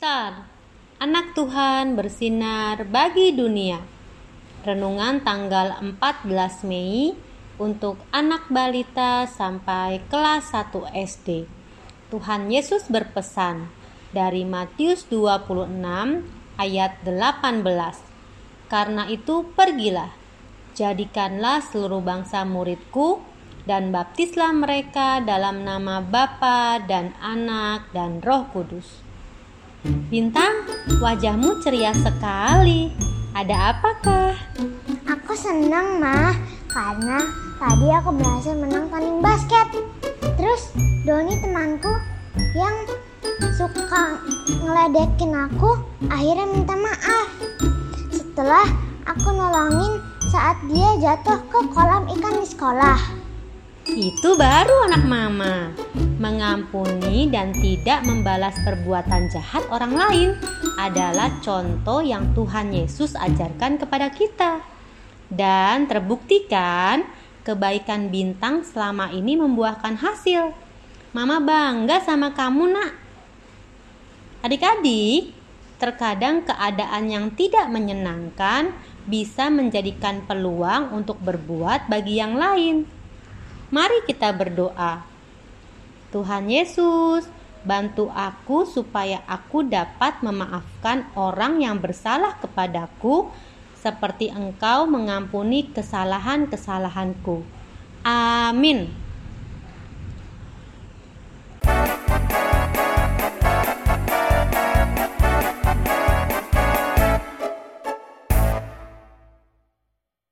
Star, Anak Tuhan bersinar bagi dunia. Renungan tanggal 14 Mei untuk anak balita sampai kelas 1 SD. Tuhan Yesus berpesan dari Matius 26 ayat 18. Karena itu pergilah, jadikanlah seluruh bangsa muridku dan baptislah mereka dalam nama Bapa dan Anak dan Roh Kudus. Bintang, wajahmu ceria sekali. Ada apakah? Aku senang, Ma, karena tadi aku berhasil menang tanding basket. Terus Doni temanku yang suka ngeledekin aku akhirnya minta maaf setelah aku nolongin saat dia jatuh ke kolam ikan di sekolah. Itu baru anak mama. Mengampuni dan tidak membalas perbuatan jahat orang lain adalah contoh yang Tuhan Yesus ajarkan kepada kita. Dan terbuktikan kebaikan Bintang selama ini membuahkan hasil. Mama bangga sama kamu, Nak. Adik-adik, terkadang keadaan yang tidak menyenangkan bisa menjadikan peluang untuk berbuat bagi yang lain. Mari kita berdoa. Tuhan Yesus, bantu aku supaya aku dapat memaafkan orang yang bersalah kepadaku seperti Engkau mengampuni kesalahan-kesalahanku. Amin.